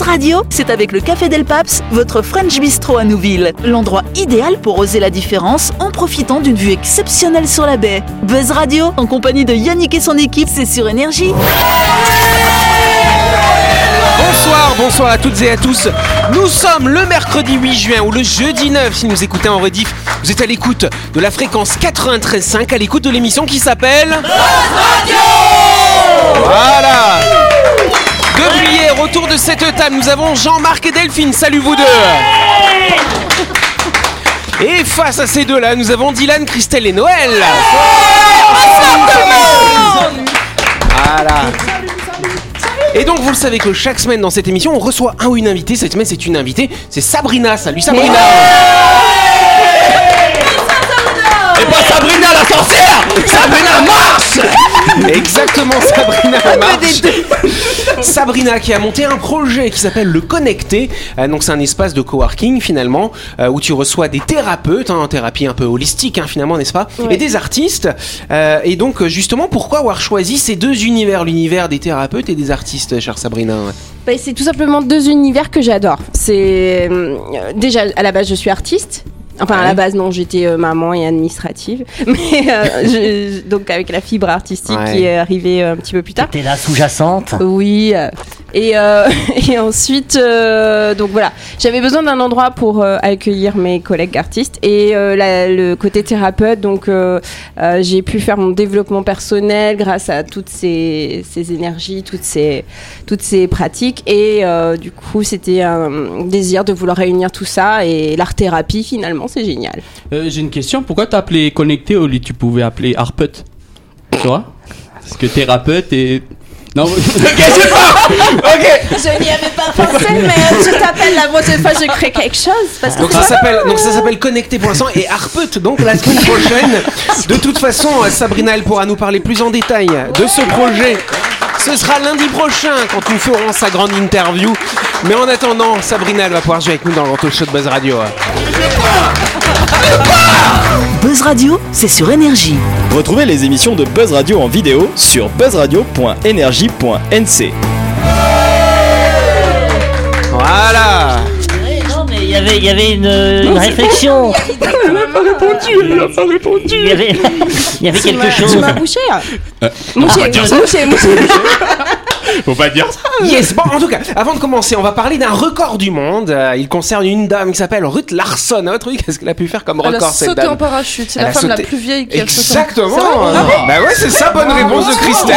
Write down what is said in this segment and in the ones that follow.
Buzz Radio, c'est avec le Café Del Paps, votre French Bistro à Nouville. L'endroit idéal pour oser la différence en profitant d'une vue exceptionnelle sur la baie. Buzz Radio, en compagnie de Yannick et son équipe, c'est sur Énergie. Bonsoir à toutes et à tous. Nous sommes le mercredi 8 juin ou le jeudi 9 si vous écoutez en rediff. Vous êtes à l'écoute de la fréquence 93.5, à l'écoute de l'émission qui s'appelle Buzz Radio. Voilà. Depuis hier, autour de cette table, nous avons Jean-Marc et Delphine. Salut vous deux. Et face à ces deux-là, nous avons Dylan, Christelle et Noël. Voilà. Et donc vous le savez que chaque semaine dans cette émission on reçoit un ou une invitée. Cette semaine c'est une invitée, c'est Sabrina. Salut Sabrina. Et pas Sabrina la sorcière, Sabrina Marche. Exactement, Sabrina Marche. Sabrina qui a monté un projet qui s'appelle Le Connecté. Donc c'est un espace de coworking finalement où tu reçois des thérapeutes en thérapie un peu holistique finalement, n'est-ce pas, ouais. Et des artistes. Et donc justement pourquoi avoir choisi ces deux univers, l'univers des thérapeutes et des artistes, chère Sabrina? Bah, c'est tout simplement deux univers que j'adore. C'est déjà à la base je suis artiste. Enfin, à la base, non, j'étais maman et administrative. Mais donc, avec la fibre artistique qui est arrivée un petit peu plus tard. T'étais là sous-jacente. Oui. Et ensuite, donc voilà, j'avais besoin d'un endroit pour accueillir mes collègues artistes. Et le côté thérapeute, donc j'ai pu faire mon développement personnel grâce à toutes ces énergies, toutes ces pratiques. Et du coup, c'était un désir de vouloir réunir tout ça. Et l'art-thérapie, finalement, c'est génial. J'ai une question. Pourquoi t'as appelé connecté au lieu tu pouvais appeler harpeute? Tu vois? Parce que thérapeute et... Non, ok, c'est pas. Ok. Je n'y avais pas pensé, mais je t'appelle la prochaine fois, je crée quelque chose. Parce que donc ça s'appelle Connecté pour l'instant et harpeute. Donc la semaine prochaine, de toute façon, Sabrina elle pourra nous parler plus en détail de ce projet. Ce sera lundi prochain quand nous ferons sa grande interview. Mais en attendant, Sabrina elle va pouvoir jouer avec nous dans le talk show de Buzz Radio. Buzz Radio, c'est sur Énergie. Retrouvez les émissions de Buzz Radio en vidéo sur buzzradio.energie.nc. Voilà. Non mais il y avait une réflexion. Il n'a pas répondu. Il y avait quelque chose. Tu m'as bouché. Mouché. Faut pas dire ça. Yes, bon en tout cas, avant de commencer, on va parler d'un record du monde. Il concerne une dame qui s'appelle Ruth Larson. Votre truc, qu'est-ce qu'elle a pu faire comme record cette dame? Elle a sauté en parachute, c'est la femme la plus vieille qui a sauté. Exactement. Bah ouais, c'est ça, bonne réponse de Christelle.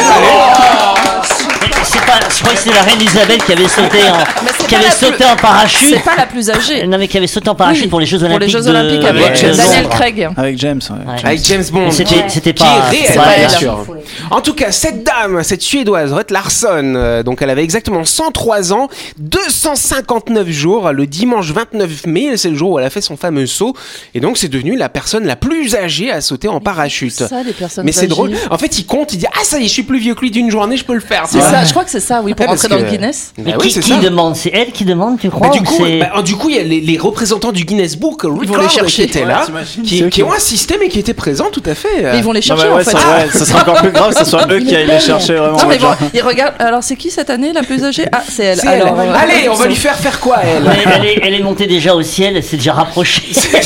Je crois que c'est la reine Isabelle qui avait sauté en parachute. C'est pas la plus âgée. Non mais qui avait sauté en parachute pour les Jeux Olympiques. Pour les Jeux Olympiques avec Daniel Craig. Avec James. Avec James Bond. C'était qui pas est réel, bien sûr. En tout cas, cette dame, cette Suédoise, Ruth Larson, donc elle avait exactement 103 ans, 259 jours, le dimanche 29 mai, c'est le jour où elle a fait son fameux saut, et donc c'est devenu la personne la plus âgée à sauter en parachute. C'est ça, les personnes mais c'est âgées. Drôle. En fait, il compte, il dit ça y est, je suis plus vieux que lui d'une journée, je peux le faire. C'est ça, je crois que c'est ça, oui, pour rentrer dans le Guinness. Mais qui demande? C'est elle qui demande, tu crois? Du coup, il y a les représentants du Guinness Book Record qui étaient là, qui ont assisté, mais qui étaient présents tout à fait. Mais ils vont les chercher en fait. Ça serait encore plus grave que ce soit eux qui aillent les chercher vraiment. Non mais bon, ils regardent. Alors c'est qui cette année la plus âgée? Ah, c'est elle. Alors, allez, on va lui faire quoi elle? Elle est montée déjà au ciel, elle s'est déjà rapprochée.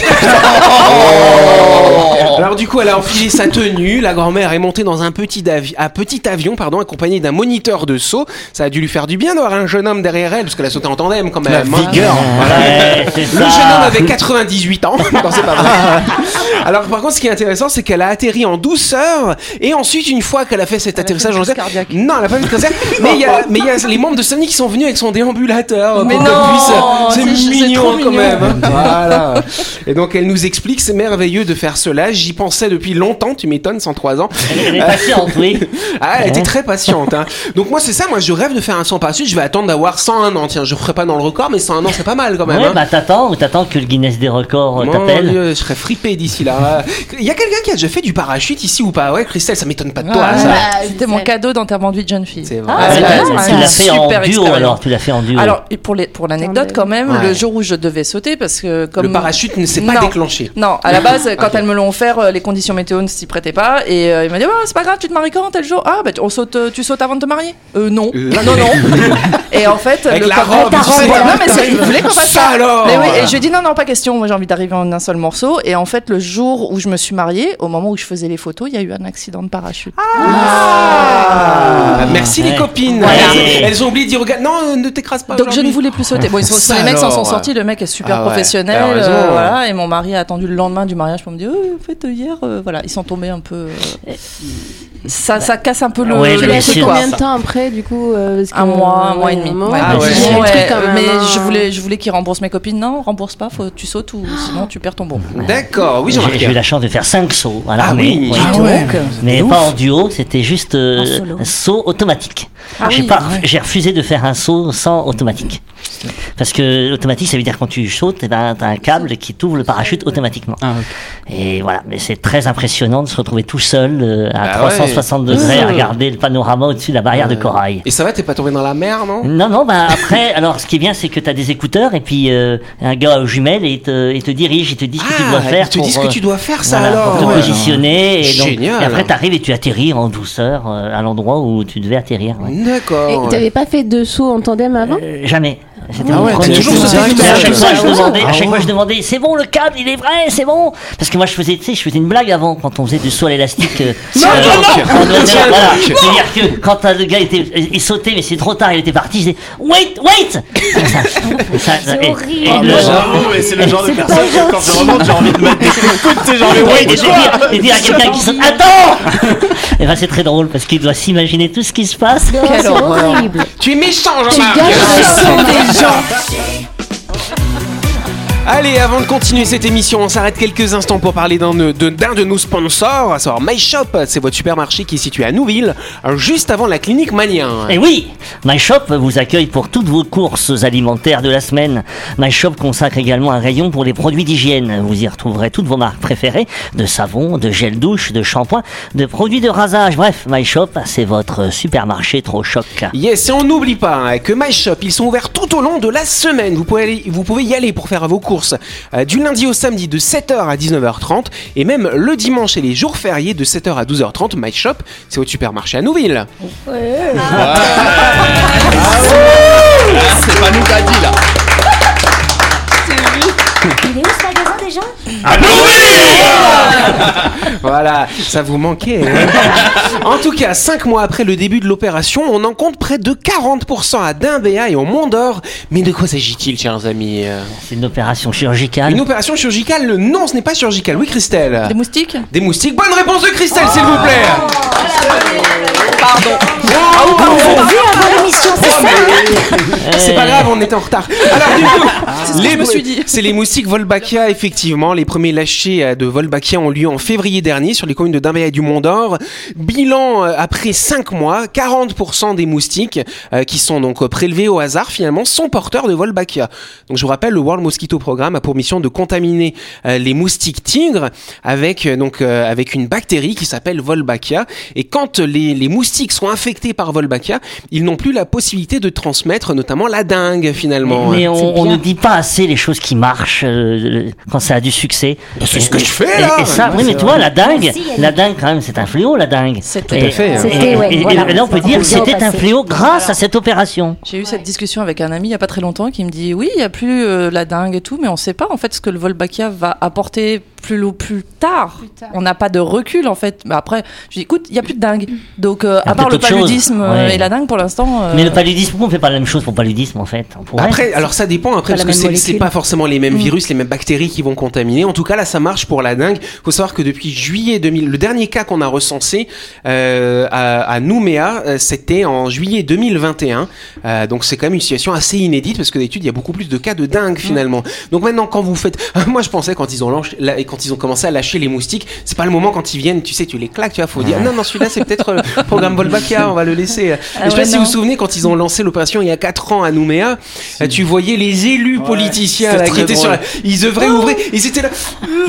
Alors du coup, elle a enfilé sa tenue. La grand-mère est montée dans un petit avion, accompagnée d'un moniteur de saut. Ça a dû lui faire du bien d'avoir un jeune homme derrière elle, parce qu'elle a sauté en tandem quand même. La vigueur. Le jeune homme avait 98 ans. Non, c'est pas vrai. Alors par contre, ce qui est intéressant, c'est qu'elle a atterri en douceur, et ensuite, une fois qu'elle a fait cet atterrissage en douceur, non, elle a pas fait de cancer. Mais il y a les membres de Sony qui sont venus avec son déambulateur. Mais pour non, c'est mignon trop quand même. Voilà. Et donc elle nous explique, c'est merveilleux de faire cela. J'y pensais depuis longtemps. Tu m'étonnes, 103 ans. Elle est patiente, oui. Elle était très patiente. Donc moi c'est ça. Moi je rêve de faire un 100 parachute. Je vais attendre d'avoir 101 ans. Tiens, je ferai pas dans le record, mais 101 ans c'est pas mal quand même. Ouais, bah t'attends que le Guinness des records t'appelle. Je serais frippé d'ici là. Il y a quelqu'un qui a déjà fait du parachute ici ou pas? Ouais, Christelle, ça m'étonne pas de toi. Ça. C'était mon cadeau d'enterrement de vie de jeune fille. C'est vrai. Tu l'as fait en duo alors. Tu l'as fait en duo. Alors pour l'anecdote quand même, le jour où je devais sauter parce que comme le parachute ne s'est pas déclenché. Non, à la base quand elles me l'ont offert, les conditions météo ne s'y prêtaient pas et il m'a dit c'est pas grave, tu te maries quand tel jour? Ah bah tu sautes avant de te marier. marier Non. Et en fait, avec la robe, non mais il voulait qu'on fasse ça. Alors. Mais oui, et je lui ai dit non, pas question. Moi, j'ai envie d'arriver en un seul morceau. Et en fait, le jour où je me suis mariée, au moment où je faisais les photos, il y a eu un accident de parachute. Merci les copines. Elles ont oublié de dire non, ne t'écrase pas. Donc je ne voulais plus sauter. Bon, les mecs s'en sont sortis. Le mec est super professionnel. Voilà. Et mon mari a attendu le lendemain du mariage pour me dire en fait hier, voilà, ils sont tombés un peu. Ça casse un peu le. Tu l'as fait combien de temps après du coup un mois et demi. Mais je voulais qu'ils remboursent mes copines. Non, rembourse pas, tu sautes ou sinon tu perds ton bon. D'accord, oui, j'ai eu la chance de faire 5 sauts à l'armée. Mais pas en duo, c'était juste un saut automatique. J'ai refusé de faire un saut sans automatique. Parce que automatique, ça veut dire quand tu sautes, t'as un câble qui t'ouvre le parachute automatiquement. Et voilà, mais c'est très impressionnant de se retrouver tout seul à 360 degrés à regarder le panorama au-dessus de la barrière de corail. Et ça va, t'es pas tombé dans la mer, non? Non, après, alors ce qui est bien, c'est que t'as des écouteurs et puis un gars aux jumelles et il te dirige, il te dit ce que tu dois faire. Il te dit ce que tu dois faire, ça voilà, alors. Pour te positionner. Génial. Et après, t'arrives et tu atterris en douceur à l'endroit où tu devais atterrir. D'accord. Et t'avais pas fait de saut en tandem avant? Jamais. C'était toujours à chaque fois je demandais c'est bon le câble il est vrai c'est bon parce que moi je faisais une blague avant quand on faisait du saut à l'élastique voilà. C'est-à-dire que quand le gars il sautait mais c'est trop tard il était parti je disais wait c'est horrible c'est le genre de personne que quand je remonte j'ai envie de mettre des coups de genre mais wait et dire à quelqu'un qui saute attends et ben c'est très drôle parce qu'il doit s'imaginer tout ce qui se passe. C'est horrible. Tu es méchant Jean-Marc. Tu gâches le sang des gens. Allez, avant de continuer cette émission, on s'arrête quelques instants pour parler d'un de nos sponsors, à savoir MyShop. C'est votre supermarché qui est situé à Nouville, juste avant la clinique Malien. Et oui, MyShop vous accueille pour toutes vos courses alimentaires de la semaine. MyShop consacre également un rayon pour les produits d'hygiène. Vous y retrouverez toutes vos marques préférées, de savon, de gel douche, de shampoing, de produits de rasage. Bref, MyShop, c'est votre supermarché trop choc. Yes, et on n'oublie pas que MyShop, ils sont ouverts tout au long de la semaine. Vous pouvez y aller pour faire vos courses du lundi au samedi de 7h à 19h30 et même le dimanche et les jours fériés de 7h à 12h30. MyShop, c'est votre supermarché à Nouville. C'est pas nous qu'a dit là. Il est où ce magasin déjà? À Nouville. Voilà, ça vous manquait. En tout cas, 5 mois après le début de l'opération, on en compte près de 40% à Dimbéa et au Mont d'Or. Mais de quoi s'agit-il, chers amis? C'est une opération chirurgicale. Une opération chirurgicale? Non, ce n'est pas chirurgical. Oui, Christelle? Des moustiques? Des moustiques. Bonne réponse de Christelle, s'il vous plaît. Pardon. Vous avez vu avant l'émission, c'est ça? C'est pas grave, on était en retard. Alors du coup, c'est ce que je me suis dit. C'est les moustiques Wolbachia, effectivement. Les premiers lâchers de Wolbachia ont lieu en février dernier sur les communes de Dimbéa et du Mont d'Or. Bilan après 5 mois, 40% des moustiques qui sont donc prélevés au hasard finalement sont porteurs de Wolbachia. Donc je vous rappelle, le World Mosquito Programme a pour mission de contaminer les moustiques tigres avec une bactérie qui s'appelle Wolbachia. Et quand les moustiques sont infectés par Wolbachia, ils n'ont plus la possibilité de transmettre notamment la dengue finalement. Mais on ne dit pas assez les choses qui marchent quand ça a du succès. C'est ce que je fais là. Et ça, oui, mais tu vois, la dengue quand même, c'est un fléau, la dengue. Tout à fait. Et là, on peut dire que c'était un fléau grâce à cette opération. J'ai eu cette discussion avec un ami il y a pas très longtemps qui me dit oui, il y a plus la dengue et tout, mais on sait pas en fait ce que le Wolbachia va apporter plus tard. On n'a pas de recul en fait. Mais après, je dis écoute, il y a plus de dengue. Donc à part le paludisme et la dengue pour l'instant. Mais le paludisme, on fait pas la même chose pour le paludisme en fait. Après, alors ça dépend après parce que c'est pas forcément les mêmes virus, les mêmes bactéries qui vont contaminer. En tout cas là, ça marche pour la dengue. Faut savoir que depuis juillet 2000, le dernier cas qu'on a recensé à Nouméa, c'était en juillet 2021. Donc c'est quand même une situation assez inédite parce que d'habitude il y a beaucoup plus de cas de dengue finalement. Donc maintenant quand vous faites, moi je pensais quand ils ont commencé à lâcher les moustiques, c'est pas le moment quand ils viennent, tu sais, tu les claques, tu vois, faut dire non celui-là c'est peut-être le programme Wolbachia, on va le laisser. Je sais pas si vous vous souvenez quand ils ont lancé l'opération il y a 4 ans à Nouméa, tu voyais les élus politiciens là, qui étaient sur ils œuvraient, ouvraient, ils étaient là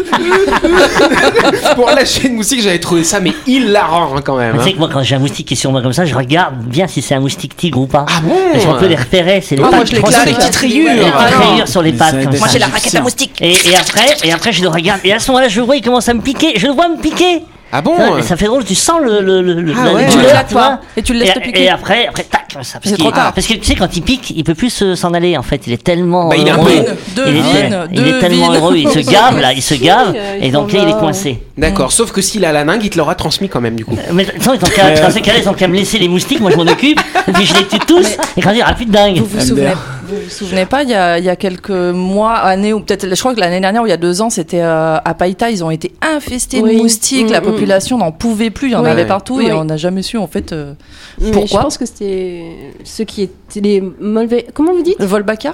pour lâcher une moustique. J'avais trouvé ça mais hilarant quand même. Tu sais que moi quand j'ai un moustique qui est sur moi comme ça, je regarde bien si c'est un moustique tigre ou pas. Ah bon? On peut les repérer, c'est les pattes. Moi je les claque, les petites rayures. Les petites rayures sur les pattes. Comme moi ça. j'ai la raquette à moustiques. Et après je le regarde et à ce moment-là je vois il commence à me piquer, je le vois me piquer. Ah bon? Ça fait drôle, tu sens le ouais. Tu douleur, l'éclates tu vois. pas. Et tu le laisses te piquer. Et après, tac, ça. C'est trop tard. Parce que tu sais, quand il pique, il peut plus s'en aller, en fait. Il est tellement il est un heureux. peu- Il est tellement heureux, il se gave, là, il se gave. Et donc là, il est coincé. D'accord, sauf que s'il a la dingue, il te l'aura transmis quand même, du coup. Mais dans ces cas-là, ils ont qu'à me laisser les moustiques, moi je m'en occupe, et puis je les tue tous, et quand il n'y aura plus de dingue. Vous vous souvenez pas, il y a quelques mois, années, ou peut-être, je crois que l'année dernière ou il y a 2 ans, c'était à Païta, ils ont été infestés de moustiques, la population n'en pouvait plus, il y en avait partout, et on n'a jamais su en fait pourquoi. Je pense que c'était ceux qui étaient les mauvais. Comment vous dites? Le Wolbachia.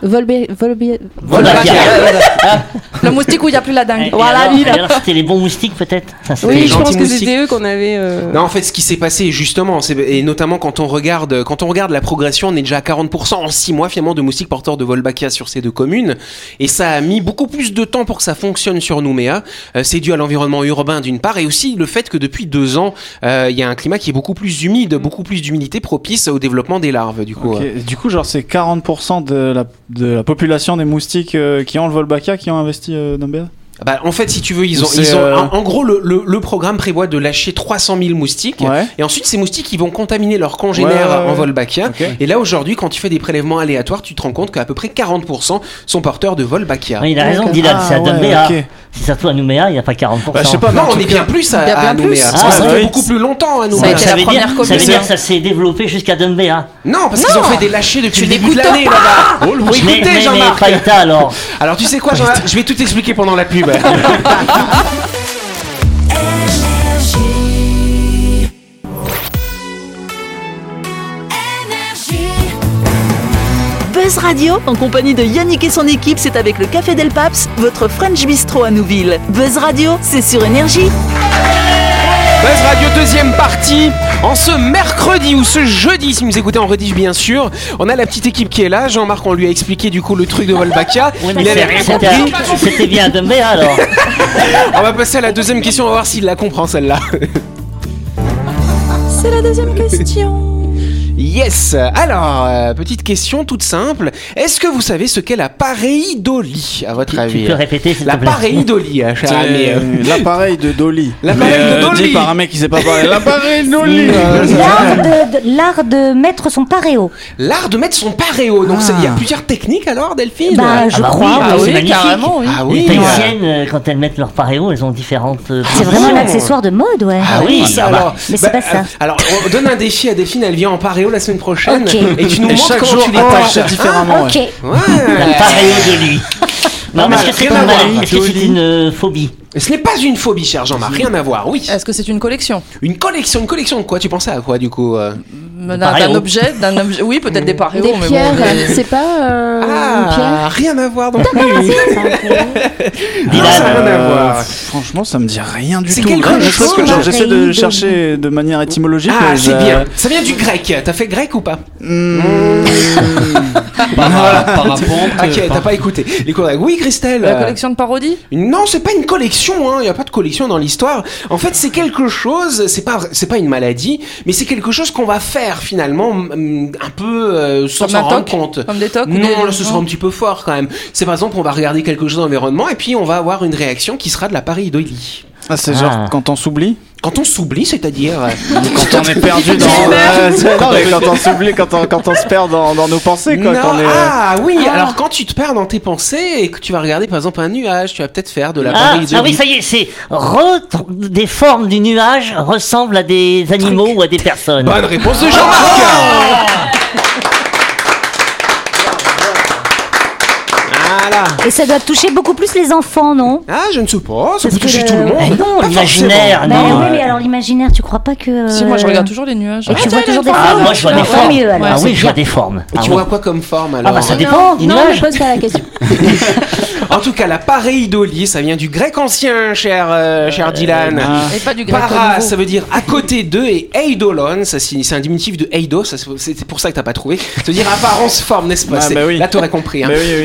Le moustique où il n'y a plus la dingue. Alors c'était les bons moustiques peut-être. Oui, je pense que c'était eux qu'on avait. Non, en fait, ce qui s'est passé justement, et notamment quand on regarde la progression, on est déjà à 40% en 6 mois finalement de moustiques porteurs de Wolbachia sur ces 2 communes, et ça a mis beaucoup plus de temps pour que ça fonctionne sur Nouméa. C'est dû à l'environnement urbain d'une part, et aussi le fait que depuis 2 ans, il y a un climat qui est beaucoup plus humide, beaucoup plus d'humidité propice au développement des larves. Du coup, Du coup, genre c'est 40% de la population des moustiques qui ont le Wolbachia qui ont investi dans BA. Bah, en fait, si tu veux, en gros, le programme prévoit de lâcher 300 000 moustiques. Ouais. Et ensuite, ces moustiques, ils vont contaminer leurs congénères en Wolbachia. Okay. Et là, aujourd'hui, quand tu fais des prélèvements aléatoires, tu te rends compte qu'à peu près 40% sont porteurs de Wolbachia. Oui, il a raison, Dylan, c'est à Nouméa. C'est surtout à Nouméa, il n'y a pas 40%. Bah, je sais pas, non, on est bien plus à Nouméa. Ça fait beaucoup plus longtemps à Nouméa. Ça veut dire que ça s'est développé jusqu'à Nouméa. Non, parce qu'ils ont fait des lâchers depuis le début de l'année là-bas. Écoutez, Jean-Marc. Alors, tu sais quoi, Jean-Marc, je vais tout expliquer pendant la pub. Buzz Radio, en compagnie de Yannick et son équipe, c'est avec le Café Del Paps, votre French Bistro à Nouville. Buzz Radio, c'est sur Énergie. Buzz Radio, deuxième partie, en ce mercredi ou ce jeudi, si vous écoutez en rediff bien sûr. On a la petite équipe qui est là. Jean-Marc, on lui a expliqué du coup le truc de Wolbachia. Il avait rien compris. C'était bien de Nouméa alors. On va passer à la deuxième question, on va voir s'il la comprend celle-là. C'est la deuxième question. Yes. Alors, petite question toute simple. Est-ce que vous savez ce qu'est la pareidolie, à votre avis? Tu peux répéter, s'il te La plaît. pareidolie, cher ami. L'appareil de Dolly. L'appareil de Dolly. Dit par un mec qui sait pas parler. L'appareil de Dolly. L'art de mettre son paréo. L'art de mettre son paréo. Donc, il y a plusieurs techniques alors, Delphine? Bah, je crois. Oui, c'est magnifique. Carrément, oui. Ah Les oui. Tahitiennes, quand elles mettent leur paréo, elles ont différentes. C'est vraiment un accessoire de mode, ouais. Ah oui, ça alors. Mais c'est pas ça. Alors, on donne un défi à Delphine, elle vient en paréo la semaine prochaine. Ok. Et tu nous montres chaque comment jour, tu les on tâches. achète différemment. Ok. Ouais. La paréo de lui. Non, mais est-ce que c'est Rien pas à une voir. maladie? Est-ce que c'est une phobie? Ce n'est pas une phobie, cher Jean-Marc, rien à voir, oui. Est-ce que c'est une collection? Une collection de quoi? Tu pensais à quoi du coup? D'un objet, oui, peut-être des paréos, Des mais pierres, bon. c'est pas une pierre. Rien à voir non plus. Dylan, ça n'a rien à voir. Franchement, ça me dit rien du C'est tout. quelque Je chose, pense que j'essaie de Dolly. chercher de manière étymologique. Ah, mais c'est bien. Ça vient du grec. T'as fait grec ou pas? Parapente. Ok, t'as pas écouté. Les cours grecs. Oui, Christelle. La collection de parodies? Non, c'est pas une collection, hein. Il y a pas de collection dans l'histoire. En fait, c'est quelque chose. C'est pas une maladie, mais c'est quelque chose qu'on va faire finalement, un peu sans Comme s'en un rendre toc? compte. Comme des tocs? Non, là, ce sera un petit peu fort quand même. C'est par exemple, on va regarder quelque chose dans l'environnement et puis on va avoir une réaction qui sera de la pareidolie. Ah, c'est genre quand on s'oublie. Quand on s'oublie, c'est-à-dire. Quand on est perdu dans. Non, mais quand on s'oublie, quand on se perd dans nos pensées, quoi. Non, Quand on est, ah oui, alors quand tu te perds dans tes pensées et que tu vas regarder par exemple un nuage, tu vas peut-être faire de la pareidolie. Ah oui, ça y est, c'est des formes du nuage ressemblent à des animaux ou à des personnes. Bonne réponse de Jean-Marc. Voilà. Et ça doit toucher beaucoup plus les enfants, non? Ah, je ne sais pas, ça Parce peut toucher que tout le monde. Non, Pas l'imaginaire, forcément. Bah non. oui, mais alors l'imaginaire, tu crois pas que. Si, moi je regarde toujours les nuages. Et tu vois toujours des Ah, formes. moi je vois des Tant formes. mieux, alors. Ah c'est oui, je vois bien. des formes. Et tu vois quoi comme forme alors? Ah bah ça dépend, du Non, nuage. ne pose pas la question. En tout cas, la pareidolie, ça vient du grec ancien, cher Dylan. Et pas du grec Para, nouveau. ça veut dire à côté d'eux, et eidolon, c'est un diminutif de eidos, c'est pour ça que t'as pas trouvé. Ça veut dire apparence, forme, n'est-ce pas? Ah, bah oui. Là, t'aurais compris. Hein. Mais oui. C'est un phénomène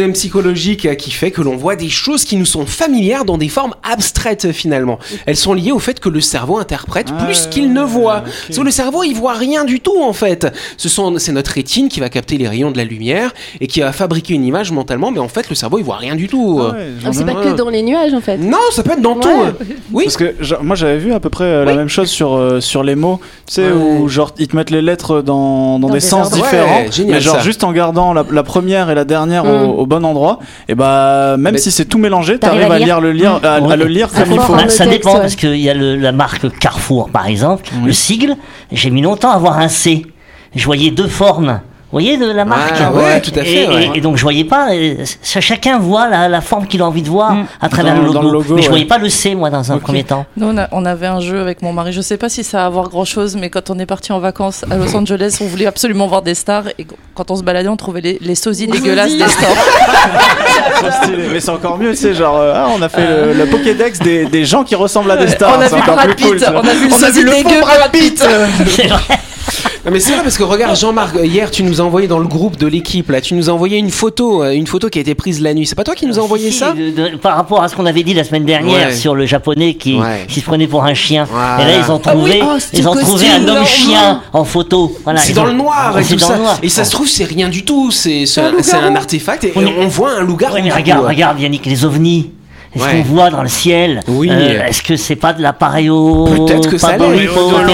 phénomène psychologique qui fait que l'on voit des choses qui nous sont familières dans des formes abstraites finalement. Elles sont liées au fait que le cerveau interprète plus qu'il ne voit. Parce que le cerveau, il voit rien du tout en fait. C'est notre rétine qui va capter les rayons de la lumière et qui va fabriquer une image mentalement, mais en fait le cerveau il voit rien du tout. C'est pas que dans les nuages en fait. Non, ça peut être dans tout. Oui. Parce que moi j'avais vu à peu près la même chose sur les mots, tu sais, où genre ils te mettent les lettres dans des sens différents, génial, mais genre juste en gardant la première et la dernière au bon endroit, et bah même si c'est tout mélangé, t'arrives à lire le lire comme il faut. Ça dépend parce qu'il y a la marque Carrefour par exemple, le sigle, j'ai mis longtemps à voir un C. Je voyais deux formes. Vous voyez de la marque tout à fait. Et donc je voyais pas. Chacun voit la forme qu'il a envie de voir à travers le logo. Mais je voyais pas le C moi dans un premier temps. Nous on avait un jeu avec mon mari. Je sais pas si ça va avoir grand chose, mais quand on est parti en vacances à Los Angeles, on voulait absolument voir des stars et quand on se baladait, on trouvait les sosies dégueulasses des stars. Mais c'est encore mieux, tu sais, genre on a fait le Pokédex des gens qui ressemblent à des stars. On a vu Brad Pitt. On a vu le sosie dégueu Brad Pitt. C'est vrai. Non mais c'est vrai parce que regarde Jean-Marc, hier tu nous as envoyé dans le groupe de l'équipe là, tu nous as envoyé une photo qui a été prise la nuit. C'est pas toi qui nous as envoyé ça par rapport à ce qu'on avait dit la semaine dernière sur le japonais qui se prenait pour un chien. Et là ils ont trouvé un homme chien en photo. Voilà, c'est dans le noir et tout ça. Et ça se trouve c'est rien du tout, c'est un artefact et on voit un loup-garou. Oui mais regarde Yannick, les ovnis. Est-ce qu'on voit dans le ciel? Oui. Est-ce que c'est pas de l'appareil au... Peut-être que ça l'est.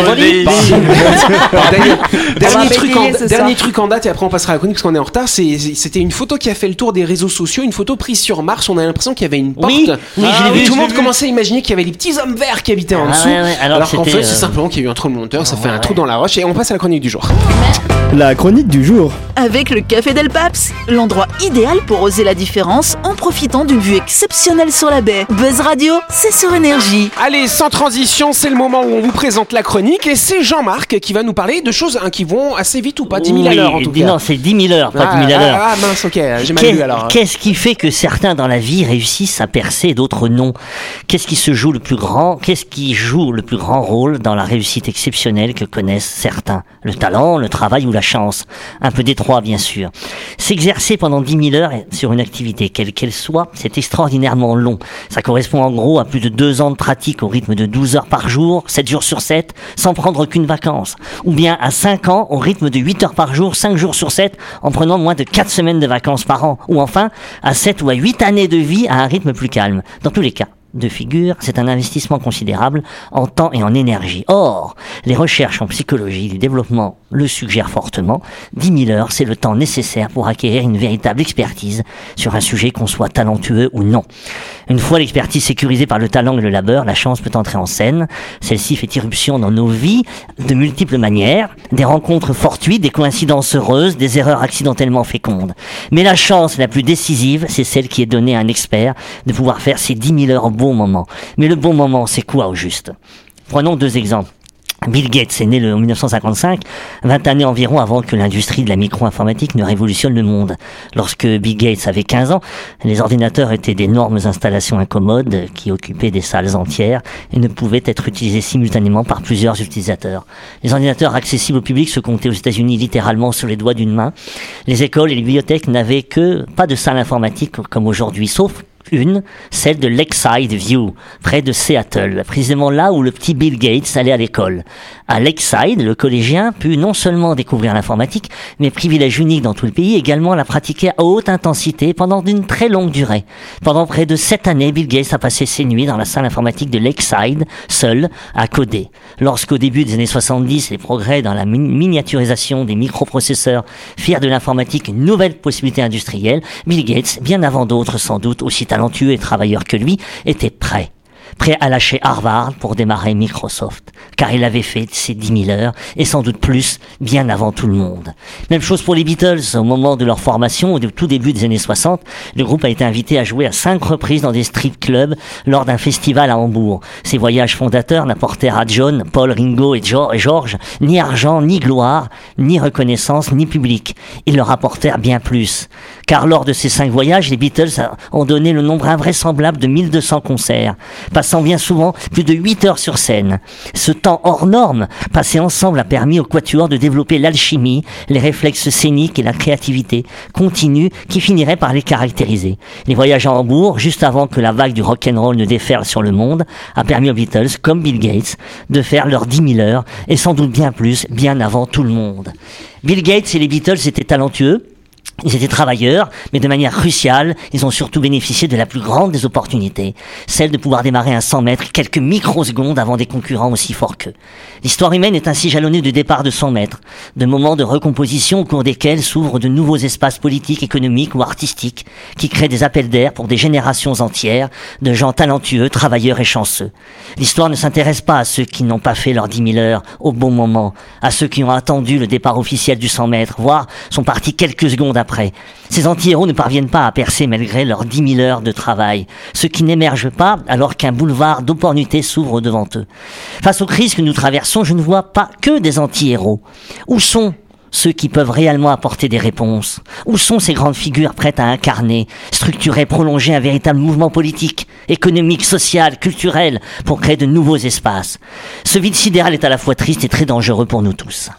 Dernier truc en date et après on passera à la chronique parce qu'on est en retard. C'était une photo qui a fait le tour des réseaux sociaux, une photo prise sur Mars. On a l'impression qu'il y avait une porte. Oui, je l'ai vu. Tout le monde commençait à imaginer qu'il y avait les petits hommes verts qui habitaient en dessous. Alors qu'en fait c'est simplement qu'il y a eu un tremblement de terre, ça fait un trou dans la roche et on passe à la chronique du jour. La chronique du jour. Avec le Café Del Paps, l'endroit idéal pour oser la différence en profitant d'une vue exceptionnelle sur la baie. Buzz Radio, c'est sur Énergie. Allez, sans transition, c'est le moment où on vous présente la chronique et c'est Jean-Marc qui va nous parler de choses qui vont assez vite ou pas, 10 000 à l'heure en tout cas. Non, c'est 10 000 heures, pas 10 000 à l'heure. Ah mince, ok, j'ai mal lu alors. Qu'est-ce qui fait que certains dans la vie réussissent à percer et d'autres non? Qu'est-ce qui joue le plus grand rôle dans la réussite exceptionnelle que connaissent certains? Le talent, le travail ou la chance? Un peu des trois, bien sûr. S'exercer pendant 10 000 heures sur une activité, quelle qu'elle soit, c'est extraordinairement long. Ça correspond en gros à plus de 2 ans de pratique au rythme de 12 heures par jour, 7 jours sur 7, sans prendre aucune vacance. Ou bien à 5 ans au rythme de 8 heures par jour, 5 jours sur 7, en prenant moins de 4 semaines de vacances par an. Ou enfin, à 7 ou à 8 années de vie à un rythme plus calme. Dans tous les cas de figure, c'est un investissement considérable en temps et en énergie. Or, les recherches en psychologie du développement le suggèrent fortement. 10 000 heures, c'est le temps nécessaire pour acquérir une véritable expertise sur un sujet, qu'on soit talentueux ou non. Une fois l'expertise sécurisée par le talent et le labeur, la chance peut entrer en scène. Celle-ci fait irruption dans nos vies de multiples manières, des rencontres fortuites, des coïncidences heureuses, des erreurs accidentellement fécondes. Mais la chance la plus décisive, c'est celle qui est donnée à un expert de pouvoir faire ces 10 000 heures au bon moment. Mais le bon moment, c'est quoi au juste? Prenons 2 exemples. Bill Gates est né en 1955, 20 années environ avant que l'industrie de la micro-informatique ne révolutionne le monde. Lorsque Bill Gates avait 15 ans, les ordinateurs étaient d'énormes installations incommodes qui occupaient des salles entières et ne pouvaient être utilisés simultanément par plusieurs utilisateurs. Les ordinateurs accessibles au public se comptaient aux États-Unis littéralement sur les doigts d'une main. Les écoles et les bibliothèques n'avaient pas de salle informatique comme aujourd'hui, sauf celle de Lakeside View, près de Seattle, précisément là où le petit Bill Gates allait à l'école. À Lakeside, le collégien put non seulement découvrir l'informatique, mais privilège unique dans tout le pays, également la pratiquer à haute intensité pendant d'une très longue durée. Pendant près de 7 années, Bill Gates a passé ses nuits dans la salle informatique de Lakeside, seul, à coder. Lorsqu'au début des années 70, les progrès dans la miniaturisation des microprocesseurs firent de l'informatique une nouvelle possibilité industrielle, Bill Gates, bien avant d'autres sans doute aussi talentueux et travailleur que lui, était prêt à lâcher Harvard pour démarrer Microsoft, car il avait fait ses 10 000 heures, et sans doute plus, bien avant tout le monde. Même chose pour les Beatles. Au moment de leur formation, au tout début des années 60, le groupe a été invité à jouer à 5 reprises dans des strip clubs lors d'un festival à Hambourg. Ces voyages fondateurs n'apportèrent à John, Paul, Ringo et George ni argent, ni gloire, ni reconnaissance, ni public. Ils leur apportèrent bien plus. Car lors de ces 5 voyages, les Beatles ont donné le nombre invraisemblable de 1200 concerts, passant passant bien souvent plus de 8 heures sur scène. Ce temps hors norme, passé ensemble, a permis au quatuor de développer l'alchimie, les réflexes scéniques et la créativité continue qui finirait par les caractériser. Les voyages à Hambourg, juste avant que la vague du rock'n'roll ne déferle sur le monde, a permis aux Beatles, comme Bill Gates, de faire leurs 10 000 heures, et sans doute bien plus, bien avant tout le monde. Bill Gates et les Beatles étaient talentueux, ils étaient travailleurs, mais de manière cruciale, ils ont surtout bénéficié de la plus grande des opportunités, celle de pouvoir démarrer un 100 mètres quelques microsecondes avant des concurrents aussi forts qu'eux. L'histoire humaine est ainsi jalonnée du départ de 100 mètres, de moments de recomposition au cours desquels s'ouvrent de nouveaux espaces politiques, économiques ou artistiques, qui créent des appels d'air pour des générations entières de gens talentueux, travailleurs et chanceux. L'histoire ne s'intéresse pas à ceux qui n'ont pas fait leurs 10 000 heures au bon moment, à ceux qui ont attendu le départ officiel du 100 mètres, voire sont partis quelques secondes après. Ces anti-héros ne parviennent pas à percer malgré leurs 10 000 heures de travail, ceux qui n'émergent pas alors qu'un boulevard d'opportunités s'ouvre devant eux. Face aux crises que nous traversons, je ne vois pas que des anti-héros. Où sont ceux qui peuvent réellement apporter des réponses? Où sont ces grandes figures prêtes à incarner, structurer, prolonger un véritable mouvement politique, économique, social, culturel, pour créer de nouveaux espaces? Ce vide sidéral est à la fois triste et très dangereux pour nous tous.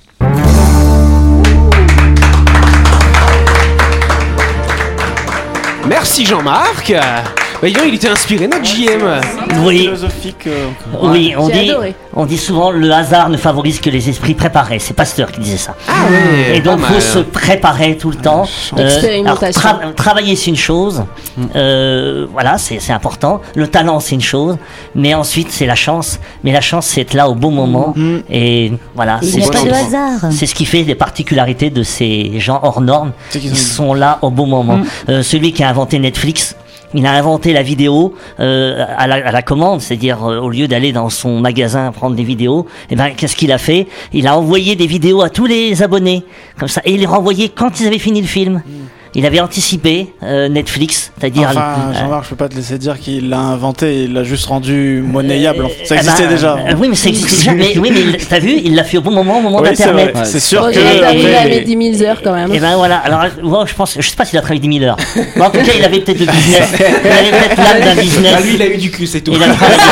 Merci Jean-Marc. Il était inspiré, notre JM. Oui, philosophique. oui, on dit souvent le hasard ne favorise que les esprits préparés. C'est Pasteur qui disait ça. Ah ouais. Et donc il faut se préparer tout le temps. Expérimentation. Travailler c'est une chose. Voilà, c'est important. Le talent c'est une chose, mais ensuite c'est la chance. Mais la chance c'est être là au bon moment. Et voilà, Il n'y a pas de hasard. c'est ce qui fait les particularités de ces gens hors normes. Ils sont là au bon moment. Celui qui a inventé Netflix, il a inventé la vidéo à la commande, c'est-à-dire au lieu d'aller dans son magasin prendre des vidéos, qu'est-ce qu'il a fait? Il a envoyé des vidéos à tous les abonnés, comme ça, et il les renvoyait quand ils avaient fini le film. Il avait anticipé Netflix, c'est-à-dire... Enfin, Jean-Marc, je peux pas te laisser dire qu'il l'a inventé, il l'a juste rendu monnayable. Ça existait déjà. Oui, mais ça existait déjà. Mais t'as vu, il l'a fait au bon moment, au moment d'Internet. C'est sûr que... Il avait 10 000 heures quand même. Et ben voilà, alors moi, je sais pas s'il a travaillé 10 000 heures. Mais en tout cas, il avait peut-être le business. Il avait peut-être l'âme d'un business. Lui, il a eu du cul, c'est tout.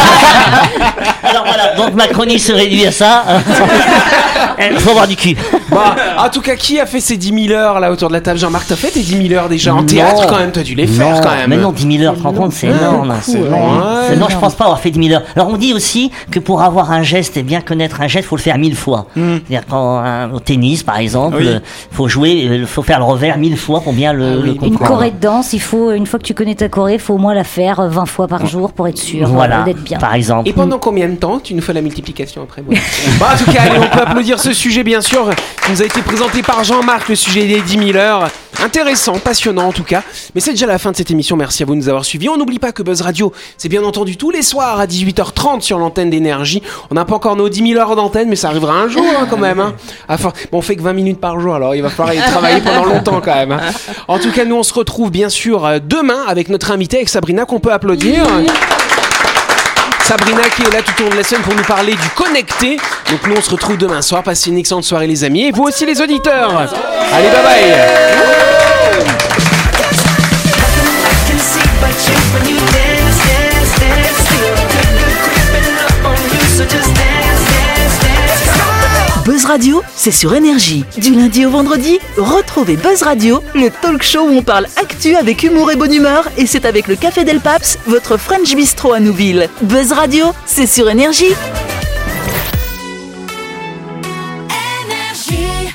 Alors voilà, donc ma chronique se réduit à ça. Il faut avoir du cul. En tout cas, qui a fait ces 10 000 heures là autour de la table? Jean-Marc, t'as fait tes 10 000 heures déjà en théâtre quand même? T'as dû les faire quand même. Mais non, 10 000 heures, tu te rends compte, c'est énorme. C'est long. Non, je pense pas avoir fait 10 000 heures. Alors on dit aussi que pour avoir un geste et bien connaître un geste, il faut le faire 1000 fois. C'est-à-dire au tennis par exemple, faut faire le revers 1000 fois pour bien le comprendre. Une choré de danse, une fois que tu connais ta choré, il faut au moins la faire 20 fois par jour pour être sûr d'être bien. Par exemple. Et pendant combien de temps? Tu nous fais la multiplication après moi. En tout cas, allez, on peut applaudir ce sujet bien sûr qui nous a été présenté par Jean-Marc, le sujet des 10 000 heures. Intéressant, passionnant en tout cas. Mais c'est déjà la fin de cette émission, merci à vous de nous avoir suivis. On n'oublie pas que Buzz Radio, c'est bien entendu tous les soirs à 18h30 sur l'antenne d'Énergie. On n'a pas encore nos 10 000 heures d'antenne, mais ça arrivera un jour quand même. Bon, on fait que 20 minutes par jour, alors il va falloir y travailler pendant longtemps quand même. En tout cas, nous on se retrouve bien sûr demain avec notre invitée, avec Sabrina, qu'on peut applaudir. Sabrina qui est là tout au long de la semaine pour nous parler du connecté. Donc nous on se retrouve demain soir. Passez une excellente soirée les amis. Et vous aussi les auditeurs. Allez, bye bye. Buzz Radio, c'est sur Énergie. Du lundi au vendredi, retrouvez Buzz Radio, le talk show où on parle actu avec humour et bonne humeur. Et c'est avec le Café Del Paps, votre French Bistro à Nouville. Buzz Radio, c'est sur Énergie.